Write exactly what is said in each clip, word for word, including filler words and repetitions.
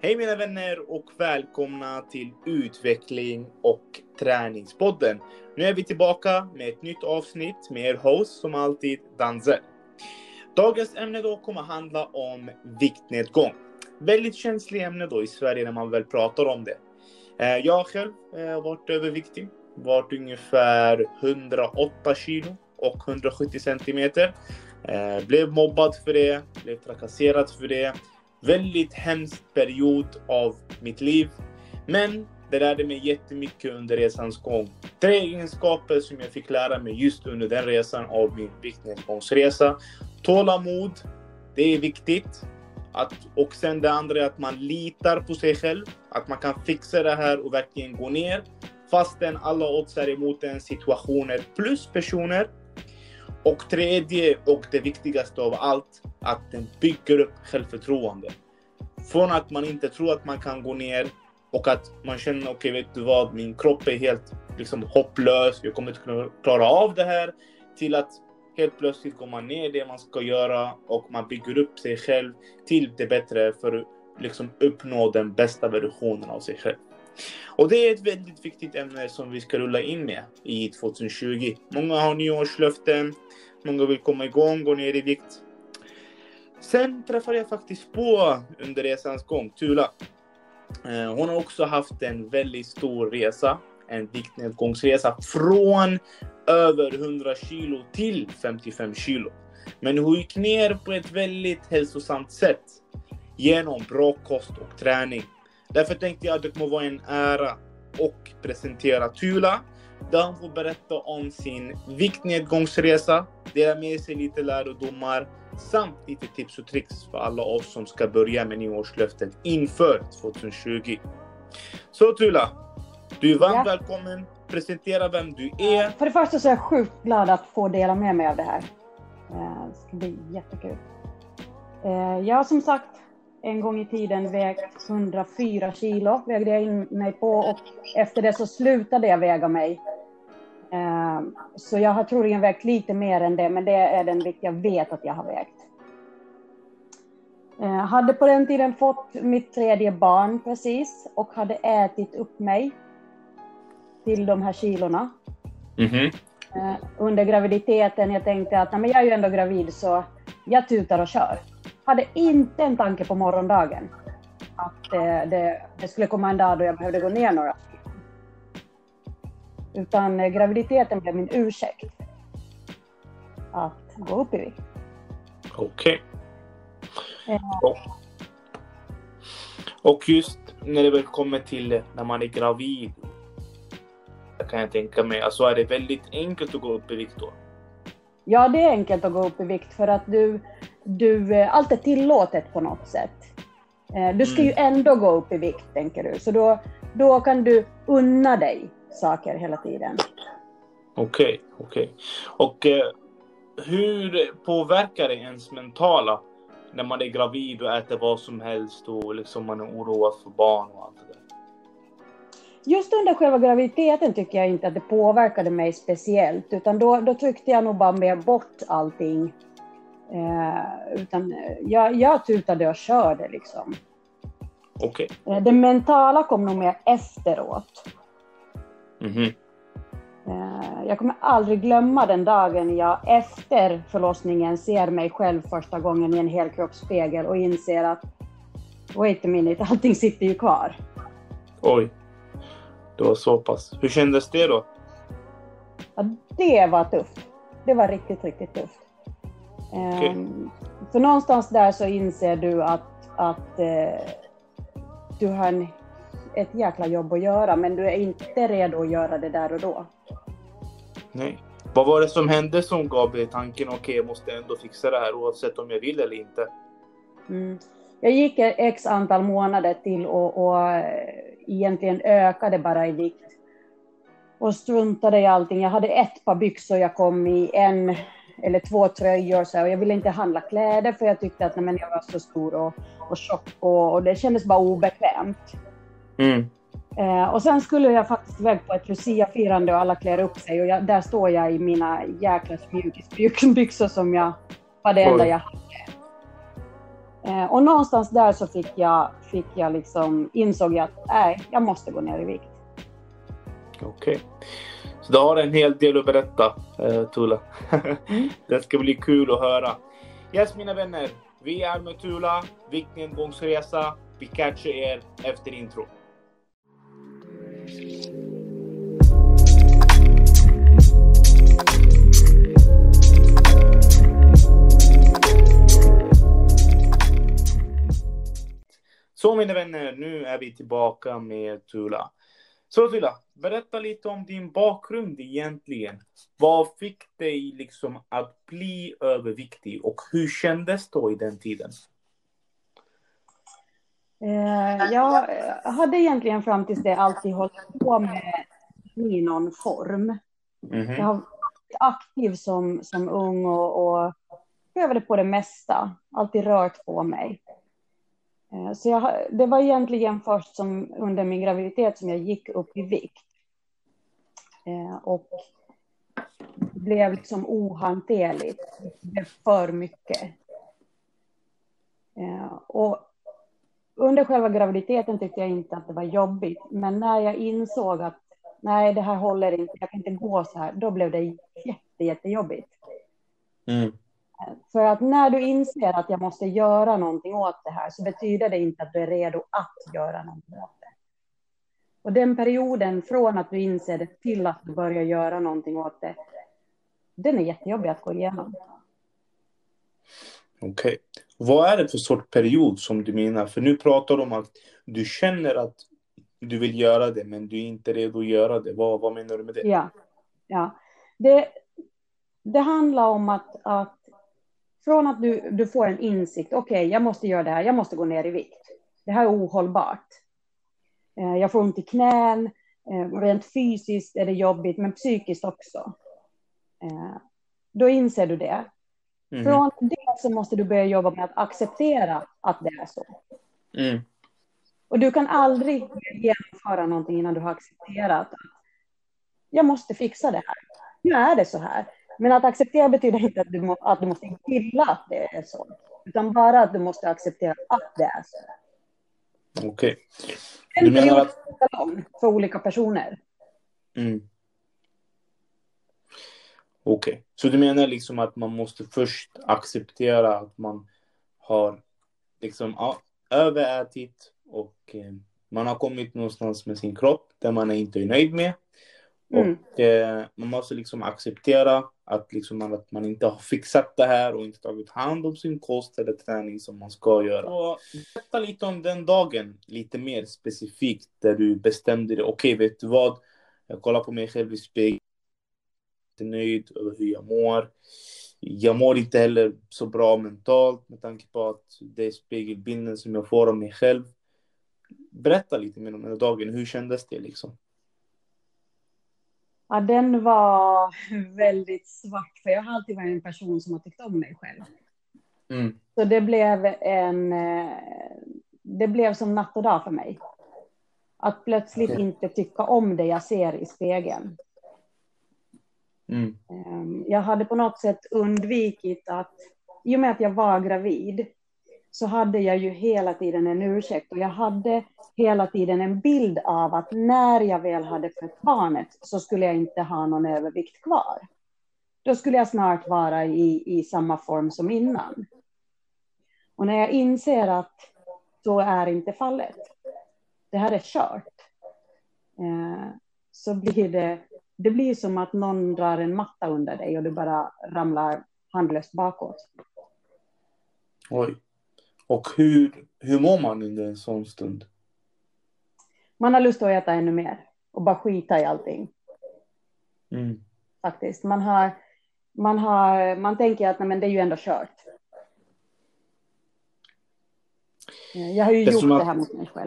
Hej mina vänner och välkomna till Utveckling och träningspodden. Nu är vi tillbaka med ett nytt avsnitt med er host som alltid Danze. Dagens ämne då kommer handla om viktnedgång. Väldigt känsligt ämne då i Sverige när man väl pratar om det. Jag själv har varit överviktig. Varit ungefär hundraåtta kilo och hundrasjuttio centimeter. Blev mobbad för det. Blev trakasserad för det. Väldigt hemsk period av mitt liv. Men det lärde mig jättemycket under resans gång. Tre egenskaper som jag fick lära mig just under den resan av min viktnedgångsresa. Tålamod, det är viktigt. Att, och sen det andra är att man litar på sig själv. Att man kan fixa det här och verkligen gå ner. Fastän alla odds är emot en, situationer plus personer. Och tredje och det viktigaste av allt, att den bygger upp självförtroende. Från att man inte tror att man kan gå ner och att man känner, okej okay, vet du vad, min kropp är helt liksom hopplös, jag kommer inte kunna klara av det här. Till att helt plötsligt går man ner det man ska göra och man bygger upp sig själv till det bättre för att liksom uppnå den bästa versionen av sig själv. Och det är ett väldigt viktigt ämne som vi ska rulla in med i tjugo-tjugo. Många har nyårslöften, många vill komma igång, gå ner i vikt. Sen träffade jag faktiskt på under resans gång Tula. Hon har också haft en väldigt stor resa, en viktnedgångsresa från över hundra kilo till femtiofem kilo. Men hon gick ner på ett väldigt hälsosamt sätt genom bra kost och träning. Därför tänkte jag att det kommer vara en ära och presentera Tula. Där hon får berätta om sin viktnedgångsresa. Dela med sig lite lärdomar. Samt lite tips och tricks för alla oss som ska börja med nyårslöftet inför tjugo-tjugo. Så Tula, du är varmt ja. välkommen. Presentera vem du är. För det första så är jag sjukt glad att få dela med mig av det här. Det ska bli jättekul. Jag har som sagt en gång i tiden vägt hundrafyra kilo, vägde jag in mig på, och efter det så slutade jag väga mig. Så jag har troligen vägt lite mer än det, men det är den vikt jag vet att jag har vägt. Jag hade på den tiden fått mitt tredje barn precis och hade ätit upp mig till de här kilorna. Mm-hmm. Under graviditeten jag tänkte att nej, men jag är ju ändå gravid så jag tutar och kör. Hade inte en tanke på morgondagen att det, det, det skulle komma en dag då jag behövde gå ner några. Utan graviditeten blev min ursäkt att gå upp i vikt. Okej. Okay. Ja. Och just när det väl kommer till när man är gravid, kan jag tänka mig, alltså är det väldigt enkelt att gå upp i vikt då? Ja, det är enkelt att gå upp i vikt för att du, du allt är tillåtet på något sätt. Du ska mm. ju ändå gå upp i vikt, tänker du. Så då, då kan du unna dig saker hela tiden. Okej, okay, okej. Okay. Och eh, hur påverkar det ens mentala när man är gravid och äter vad som helst och liksom man är oroad för barn och allt det där? Just under själva graviditeten tycker jag inte att det påverkade mig speciellt. Utan då, då tryckte jag nog bara med bort allting. Eh, utan jag, jag tutade och körde liksom. Okej. Okay. Eh, det mentala kom nog mer efteråt. Mm-hmm. Eh, jag kommer aldrig glömma den dagen jag efter förlossningen ser mig själv första gången i en helkroppsspegel och inser att wait a minute, allting sitter ju kvar. Oj. Det var så pass. Hur kändes det då? Ja, det var tufft. Det var riktigt, riktigt tufft. Okay. Um, för någonstans där så inser du att, att uh, du har en, ett jäkla jobb att göra. Men du är inte redo att göra det där och då. Nej. Vad var det som hände som gav dig tanken, okej okay, jag måste ändå fixa det här oavsett om jag vill eller inte? Mm. Jag gick x antal månader till och, och egentligen ökade bara i vikt. Och struntade i allting. Jag hade ett par byxor, jag kom i en eller två tröjor. Så, och jag ville inte handla kläder för jag tyckte att nej, men jag var så stor och, och tjock. Och, och det kändes bara obekvämt. Mm. Eh, och sen skulle jag faktiskt iväg på ett Lucia-firande och alla klär upp sig. Och jag, där står jag i mina jäkla mjukisbyxor som jag var det enda jag hade. Eh, och någonstans där så fick jag, fick jag liksom, insåg jag att nej, jag måste gå ner i vikt. Okej. Okay. Så du har en hel del att berätta, eh, Tula. Mm. Det ska bli kul att höra. Yes, mina vänner. Vi är med Tula, Viktnedgångsresa. Vi catchar er efter intro. Så mina vänner, nu är vi tillbaka med Tula. Så Tula, berätta lite om din bakgrund egentligen. Vad fick dig liksom att bli överviktig och hur kändes då i den tiden? Eh, jag hade egentligen fram tills det alltid hållit på med i någon form. Mm-hmm. Jag har varit aktiv som, som ung och, och prövade på det mesta. Alltid rört på mig. Så jag, det var egentligen först som under min graviditet som jag gick upp i vikt. Eh, och det blev liksom ohanterligt. Det blev för mycket. Eh, och under själva graviditeten tyckte jag inte att det var jobbigt. Men när jag insåg att nej, det här håller inte, jag kan inte gå så här. Då blev det jätte, jättejobbigt. Mm. För att när du inser att jag måste göra någonting åt det här så betyder det inte att du är redo att göra någonting åt det. Och den perioden från att du inser det till att du börjar göra någonting åt det, den är jättejobbig att gå igenom. Okej. Okay. Vad är det för sorts period som du menar? För nu pratar du om att du känner att du vill göra det men du är inte redo att göra det. Vad, vad menar du med det? Ja, ja. Det, det handlar om att, att från att du, du får en insikt, okej, okay, jag måste göra det här, jag måste gå ner i vikt. Det här är ohållbart. Eh, jag får ont i knän, eh, rent fysiskt är det jobbigt, men psykiskt också. Eh, då inser du det. Mm. Från det så måste du börja jobba med att acceptera att det är så. Mm. Och du kan aldrig genomföra någonting innan du har accepterat att jag måste fixa det här. Nu är det så här. Men att acceptera betyder inte att du, må, att du måste gilla att det är så. Utan bara att du måste acceptera att det är så. Okej. Okay. Du menar att... för olika personer. Mm. Okej. Okay. Så du menar liksom att man måste först acceptera att man har liksom ja, överätit och eh, man har kommit någonstans med sin kropp där man är inte är nöjd med. Mm. Och eh, man måste liksom acceptera att, liksom man, att man inte har fixat det här och inte tagit hand om sin kost eller träning som man ska göra. Och berätta lite om den dagen, lite mer specifikt, där du bestämde dig. Okej, okay, vet du vad? Jag kollar på mig själv i spegeln. Jag är nöjd över hur jag mår. Jag mår inte heller så bra mentalt med tanke på att det är spegelbilden som jag får av mig själv. Berätta lite mer om den dagen. Hur kändes det liksom? Ja, den var väldigt svart. För jag har alltid varit en person som har tyckt om mig själv. Mm. Så det blev en... Det blev som natt och dag för mig. Att plötsligt okay. inte tycka om det jag ser i spegeln. Mm. Jag hade på något sätt undvikit att... I och med att jag var gravid så hade jag ju hela tiden en ursäkt. Och jag hade hela tiden en bild av att när jag väl hade fött barnet så skulle jag inte ha någon övervikt kvar. Då skulle jag snart vara i, i samma form som innan. Och när jag inser att så är inte fallet, det här är kört, eh, så blir det, det blir som att någon drar en matta under dig och du bara ramlar handlöst bakåt. Oj. Och hur, hur mår man under en sån stund? Man har lust att äta ännu mer och bara skita i allting. Mm. Faktiskt. Man har, man har, man tänker att nej, men det är ju ändå kört. Jag har ju det gjort det här att... mot mig själv.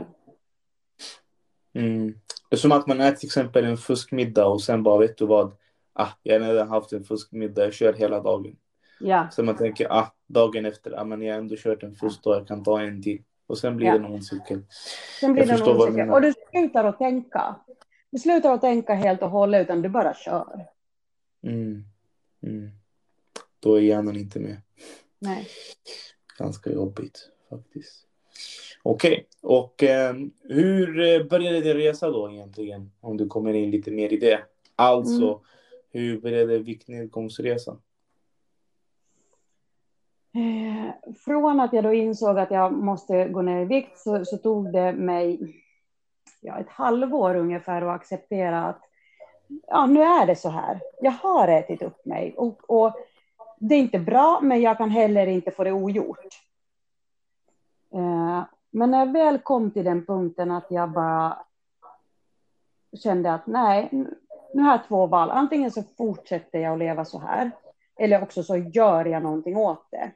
Mm. Det är som att man äter till exempel en fuskmiddag och sen bara, vet du vad? Ah, jag har redan haft en fuskmiddag, jag kör hela dagen. Ja. Så man tänker, ah, dagen efter, ah, men jag har ändå kört en fuskdag, jag kan ta en till. Och sen blir ja. det någon cykel. Sen blir jag det någon cykel. Och du slutar att tänka. Du slutar att tänka helt och hållet, utan du bara kör. Mm. Mm. Då är hjärnan inte med. Nej. Ganska jobbigt faktiskt. Okej, okay. Och eh, hur började din resa då egentligen? Om du kommer in lite mer i det. Alltså, mm. hur började viktnedgångsresan? Eh, från att jag då insåg att jag måste gå ner i vikt så, så tog det mig ja, ett halvår ungefär att acceptera att ja, nu är det så här. Jag har ätit upp mig och, och det är inte bra, men jag kan heller inte få det ogjort. Eh, men när jag väl kom till den punkten att jag bara kände att nej, nu har jag två val. Antingen så fortsätter jag att leva så här, eller också så gör jag någonting åt det.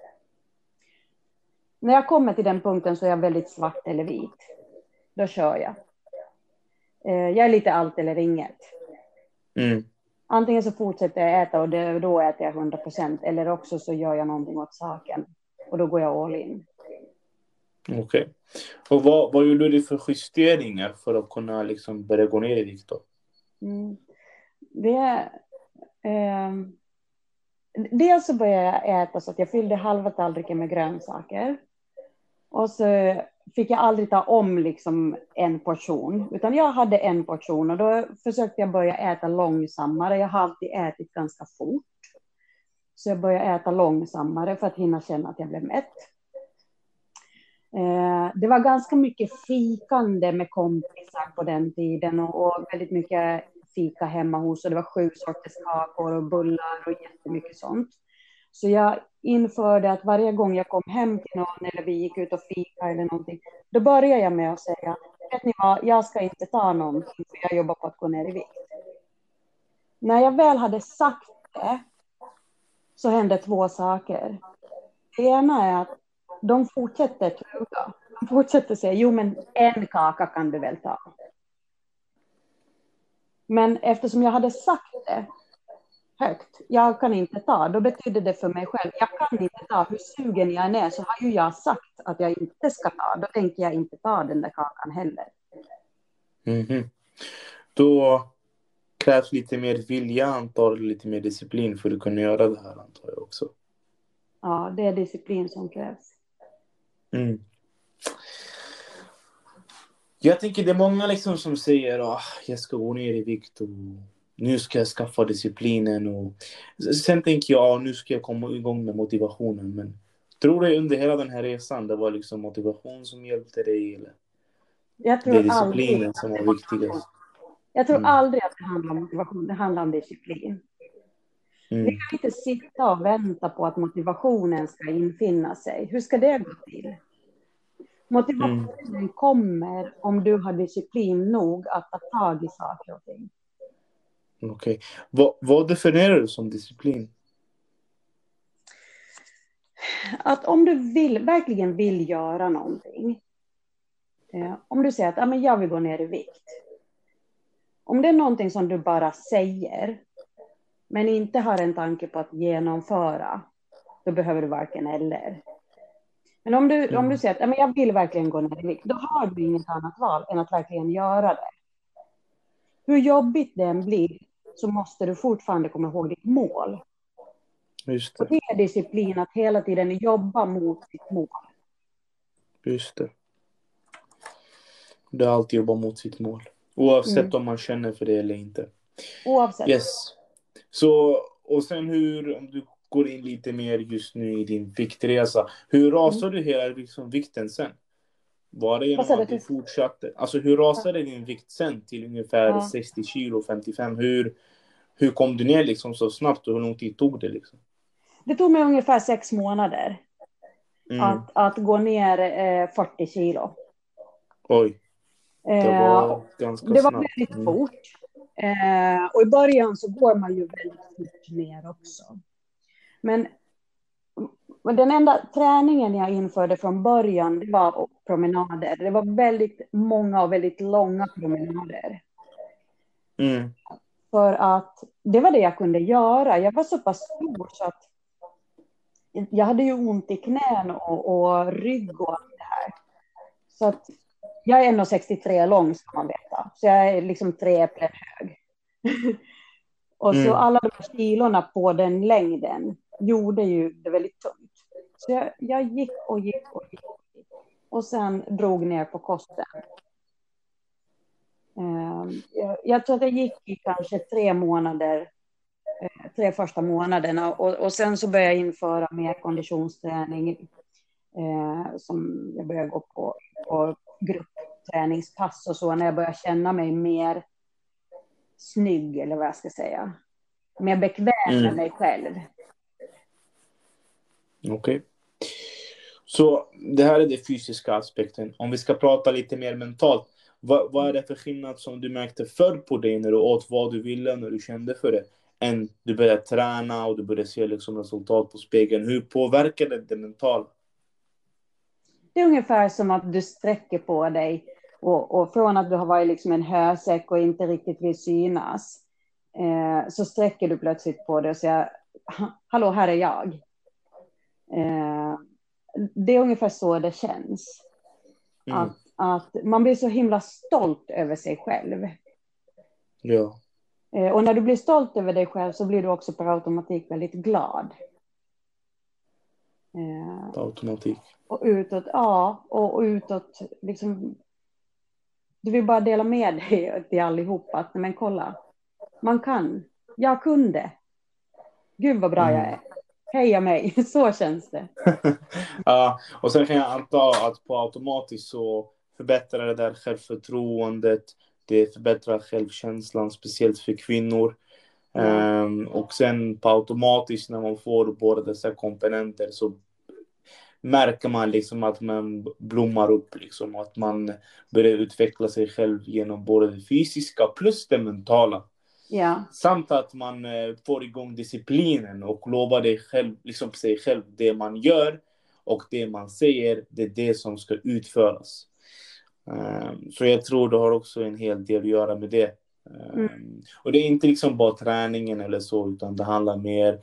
När jag kommer till den punkten så är jag väldigt svart eller vit. Då kör jag. Eh, jag är lite allt eller inget. Mm. Antingen så fortsätter jag äta och det, då äter jag hundra procent. Eller också så gör jag någonting åt saken. Och då går jag all in. Okej. Okay. Och vad, vad gjorde du för justeringar för att kunna liksom börja gå ner i vikt då? Mm. Det, eh, dels så började jag äta så att jag fyllde halva tallriken med grönsaker. Och så fick jag aldrig ta om liksom en portion. Utan jag hade en portion och då försökte jag börja äta långsammare. Jag har alltid ätit ganska fort. Så jag började äta långsammare för att hinna känna att jag blev mätt. Eh, det var ganska mycket fikande med kompisar på den tiden. Och, och väldigt mycket fika hemma hos. Och det var sju sorters kakor och bullar och jättemycket sånt. Så jag införde att varje gång jag kom hem till någon eller vi gick ut och fika eller någonting, då började jag med att säga, vet ni vad, jag ska inte ta någonting för jag jobbar på att gå ner i vikt. När jag väl hade sagt det så hände två saker. Det ena är att de fortsätter truga. De fortsätter säga, jo men en kaka kan du väl ta. Men eftersom jag hade sagt det högt, jag kan inte ta, då betyder det för mig själv, jag kan inte ta, hur sugen jag än är så har ju jag sagt att jag inte ska ta, då tänker jag inte ta den där kakan heller. Mm-hmm. Då krävs lite mer vilja, antar lite mer disciplin för att kunna göra det här, antar jag också. Ja, det är disciplin som krävs. Mm. Jag tänker det är många liksom som säger att oh, jag ska gå ner i vikt och nu ska jag skaffa disciplinen. Och sen tänker jag nu ska jag komma igång med motivationen. Men tror du under hela den här resan det var liksom motivation som hjälpte dig? Eller? Jag tror det är disciplinen aldrig som var viktigast. Jag tror Mm. aldrig att det handlar om motivation, det handlar om disciplin. Mm. Vi kan inte sitta och vänta på att motivationen ska infinna sig. Hur ska det gå till? Motivationen mm. kommer om du har disciplin nog att ta tag i saker och ting. Okej. Okay. Vad, vad definierar du som disciplin? Att om du vill, verkligen vill göra någonting. Eh, om du säger att ah, men jag vill gå ner i vikt. Om det är någonting som du bara säger men inte har en tanke på att genomföra, då behöver du varken eller. Men om du, mm. om du säger att ah, men jag vill verkligen gå ner i vikt, då har du inget annat val än att verkligen göra det. Hur jobbigt det än blir så måste du fortfarande komma ihåg ditt mål. Just det. Och det är disciplin att hela tiden jobba mot sitt mål. Just det. Det är alltid jobba mot sitt mål. Oavsett mm. om man känner för det eller inte. Oavsett. Yes. Så, och sen hur, om du går in lite mer just nu i din viktresa. Hur rasar mm. du hela liksom, vikten sen? Var det genom att du fortsatte? Alltså hur rasade ja. din vikt sen till ungefär ja. sextio kilo, femtiofem? Hur, hur kom du ner liksom så snabbt och hur lång tid tog det liksom? Det tog mig ungefär sex månader mm. att, att gå ner eh, fyrtio kilo. Oj. Det var eh, ganska Det var snabbt. väldigt mm. fort. Eh, och i början så går man ju väldigt fort ner också. Men den enda träningen jag införde från början det var promenader. Det var väldigt många och väldigt långa promenader. Mm. För att det var det jag kunde göra. Jag var så pass stor så att jag hade ju ont i knän och, och rygg och allt det här. Så att jag är en komma sextiotre lång ska man veta. Så jag är liksom tre äpplen hög. Och så mm. alla de här kilorna på den längden gjorde ju det väldigt tungt. Så jag, jag gick och gick och gick och sen drog ner på kosten. Jag, jag tror att jag gick i kanske tre månader, tre första månaderna, och, och sen så började jag införa mer konditionsträning, eh, som jag började gå på, på gruppträningspass och så, när jag började känna mig mer snygg, eller vad jag ska säga, mer bekväm mm. med mig själv. Okej. Okay. Så det här är det fysiska aspekten. Om vi ska prata lite mer mentalt, vad, vad är det för skillnad som du märkte förr på dig när du åt vad du ville, när du kände för det, än du började träna och du började se liksom resultat på spegeln? Hur påverkar det det mentala? Det är ungefär som att du sträcker på dig, och, och från att du har varit liksom en hösäck och inte riktigt vill synas, eh, så sträcker du plötsligt på dig och säger, hallå, här är jag. Eh, det är ungefär så det känns. Mm. Att, att man blir så himla stolt över sig själv. Ja. Eh, och när du blir stolt över dig själv så blir du också per automatik väldigt glad. Eh, per automatik. Och utåt, ja, och, och utåt liksom, du vill bara dela med dig till allihopa, att men kolla, man kan, jag kunde, gud vad bra mm. jag är, heja mig, så känns det. Ja, och sen kan jag anta att på automatiskt så förbättrar det där självförtroendet, det förbättrar självkänslan, speciellt för kvinnor. Mm. Um, och sen på automatiskt när man får båda dessa komponenter så märker man liksom att man blommar upp liksom, att man börjar utveckla sig själv genom både det fysiska plus det mentala. Ja. Samt att man eh, får igång disciplinen och lovar dig själv, liksom sig själv, det man gör och det man säger, det är det som ska utföras. Um, så jag tror det har också en hel del att göra med det. Um, mm. Och det är inte liksom bara träningen eller så, utan det handlar mer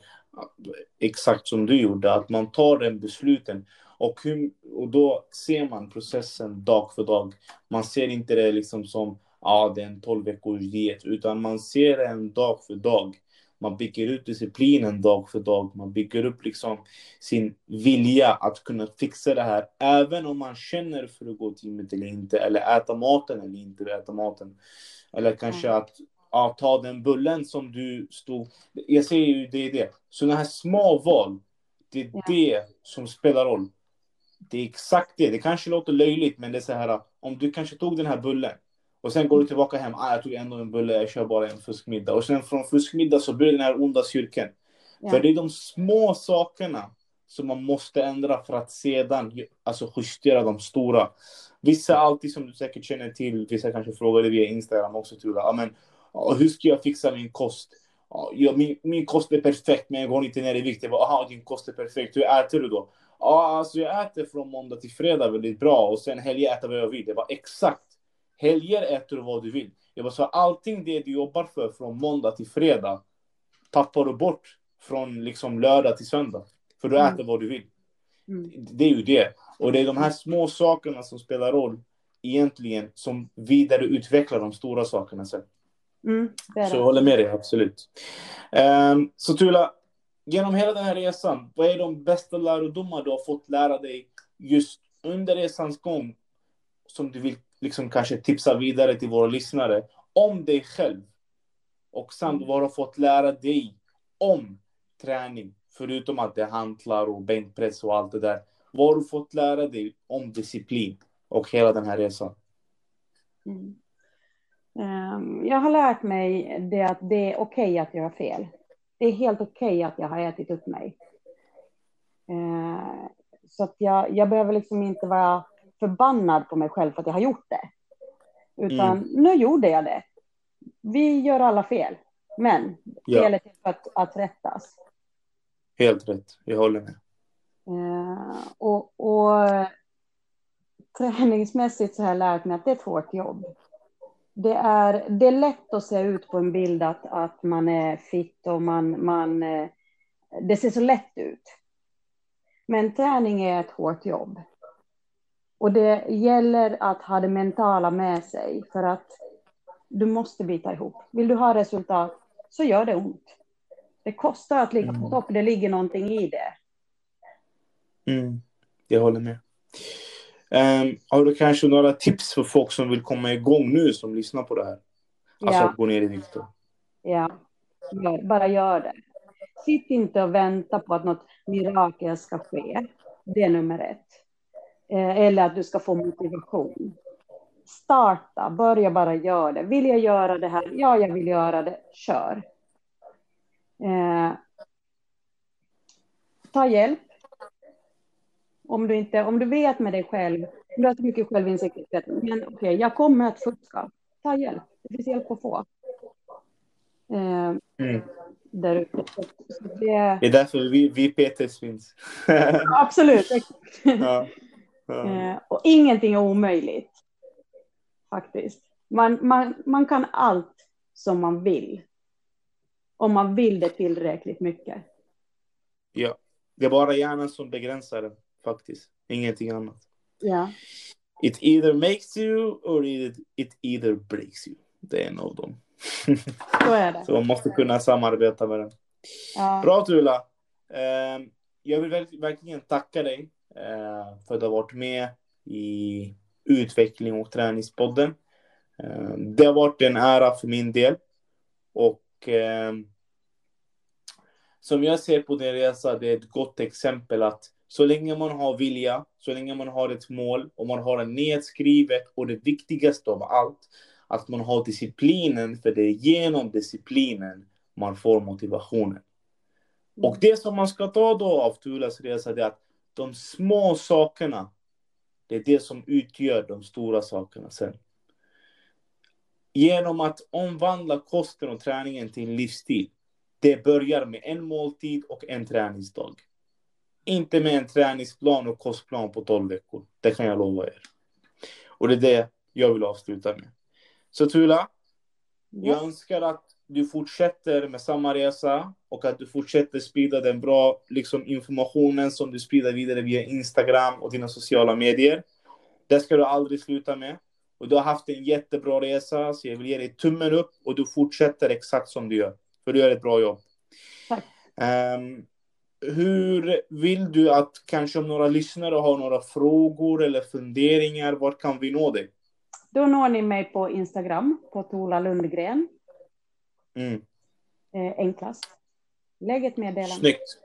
exakt som du gjorde, att man tar den besluten och, hur, och då ser man processen dag för dag. Man ser inte det liksom som ja, det är en tolv veckors diet, utan man ser den dag för dag. Man bygger ut disciplinen dag för dag. Man bygger upp liksom sin vilja att kunna fixa det här, även om man känner för att gå till gymmet eller inte, eller äta maten eller inte äta maten, eller kanske mm. att ja, ta den bullen som du stod. Jag säger ju det är det. Sådana här små val, det är ja. det som spelar roll. Det är exakt det. Det kanske låter löjligt, men det är så här, om du kanske tog den här bullen och sen går du tillbaka hem, ah, jag tog ändå en bulle, jag kör bara en fuskmiddag. Och sen från fuskmiddag så blir den här onda cirkeln. Ja. För det är de små sakerna som man måste ändra för att sedan alltså justera de stora. Vissa alltid, som du säkert känner till, vissa kanske frågar det via Instagram också, tror jag. Men hur ska jag fixa min kost? Ja, min, min kost är perfekt, men jag går inte ner i vikt. Jag bara, aha, din kost är perfekt. Hur äter du då? Ja, alltså jag äter från måndag till fredag väldigt bra. Och sen helger äter vad jag vill. Det var exakt. Helger äter du vad du vill. Jag bara, så allting det du jobbar för från måndag till fredag tappar du bort från liksom lördag till söndag. För du äter mm. vad du vill. Mm. Det är ju det. Och det är de här små sakerna som spelar roll egentligen, som vidare utvecklar de stora sakerna sen. Mm, så jag håller med dig, absolut. Um, så Tula, genom hela den här resan, vad är de bästa lärdomar du har fått lära dig just under resans gång, som du vill liksom kanske tipsa vidare till våra lyssnare om dig själv, och samt vad du har fått lära dig om träning, förutom att det hantlar och bänkpress och allt det där? Vad har du fått lära dig om disciplin och hela den här resan? Mm. Um, jag har lärt mig det att det är okej okay att göra fel. Det är helt okej okay att jag har ätit upp mig. Uh, så att jag, jag behöver liksom inte vara förbannad på mig själv för att jag har gjort det. Utan mm. nu gjorde jag det. Vi gör alla fel. Men ja. felet är för att, att rättas. Helt rätt, jag håller med. Uh, och, och träningsmässigt så har jag lärt mig att det är ett hårt jobb. Det är, det är lätt att se ut på en bild att, att man är fit och man, man, det ser så lätt ut. Men träning är ett hårt jobb. Och det gäller att ha det mentala med sig, för att du måste bita ihop. Vill du ha resultat så gör det ont. Det kostar att ligga på topp, det ligger någonting i det. Mm, jag håller med. Um, har du kanske några tips för folk som vill komma igång nu, som lyssnar på det här? Alltså Ja. att gå ner i vikt då. Ja, gör, bara gör det. Sitt inte och vänta på att något mirakel ska ske. Det är nummer ett. Eh, eller att du ska få motivation. Starta, börja bara göra det. Vill jag göra det här? Ja, jag vill göra det. Kör. Eh, ta hjälp. Om du, inte, om du vet med dig själv, om du har så mycket självinsikt, men okej, okay, jag kommer att fuska. Ta hjälp. Det finns hjälp att få. Eh, mm. Där ute. Det... det är därför vi, vi P Ts finns. Absolut. Ja. Ja. Eh, och ingenting är omöjligt. Faktiskt. Man, man, man kan allt som man vill. Om man vill det tillräckligt mycket. Ja. Det är bara hjärnan som begränsar den, faktiskt. Ingenting annat. Ja. It either makes you or it, it either breaks you. Det är en av dem. Så är det. Så man måste kunna samarbeta med den. Ja. Bra, Tula. Uh, jag vill verk- verkligen tacka dig uh, för att du har varit med i utveckling och träningspodden. Uh, det har varit en ära för min del. Och uh, som jag ser på din resa, det är ett gott exempel att så länge man har vilja, så länge man har ett mål och man har en nedskrivet, och det viktigaste av allt, att man har disciplinen, för det är genom disciplinen man får motivationen. Mm. Och det som man ska ta då av Tulas resa, det är att de små sakerna, det är det som utgör de stora sakerna sen. Genom att omvandla kosten och träningen till en livsstil. Det börjar med en måltid och en träningsdag. Inte med en träningsplan och kostplan på tolv veckor. Det kan jag lova er. Och det är det jag vill avsluta med. Så Tula, yes. Jag önskar att du fortsätter med samma resa. Och att du fortsätter sprida den bra liksom, informationen som du sprider vidare via Instagram och dina sociala medier. Det ska du aldrig sluta med. Och du har haft en jättebra resa. Så jag vill ge dig tummen upp. Och du fortsätter exakt som du gör. För du gör ett bra jobb. Tack. Um, hur vill du att kanske om några lyssnare har några frågor eller funderingar, var kan vi nå dig? Då når ni mig på Instagram på Tula Lundgren. Mm. Eh, enklast. Lägg ett meddelande. Snyggt.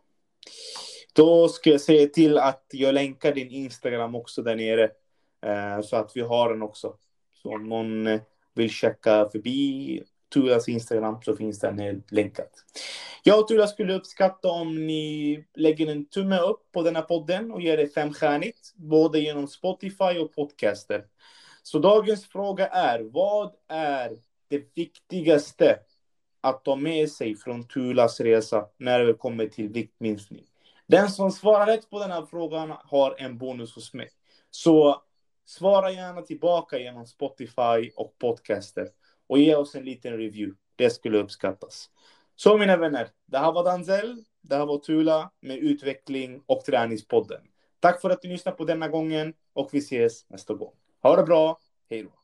Då ska jag säga till att jag länkar din Instagram också där nere. Eh, så att vi har den också. Så om någon vill checka förbi Tulas Instagram så finns den länkat. Jag och Tula skulle uppskatta om ni lägger en tumme upp på den här podden och ger det femstjärnigt. Både genom Spotify och podcaster. Så dagens fråga är, vad är det viktigaste att ta med sig från Tulas resa när det kommer till viktminskning? Den som svarar rätt på den här frågan har en bonus hos mig. Så svara gärna tillbaka genom Spotify och podcaster. Och ge oss en liten review. Det skulle uppskattas. Så mina vänner, det här var Danzel. Det här var Tula med utveckling och träningspodden. Tack för att du lyssnade på denna gången. Och vi ses nästa gång. Ha det bra. Hej då.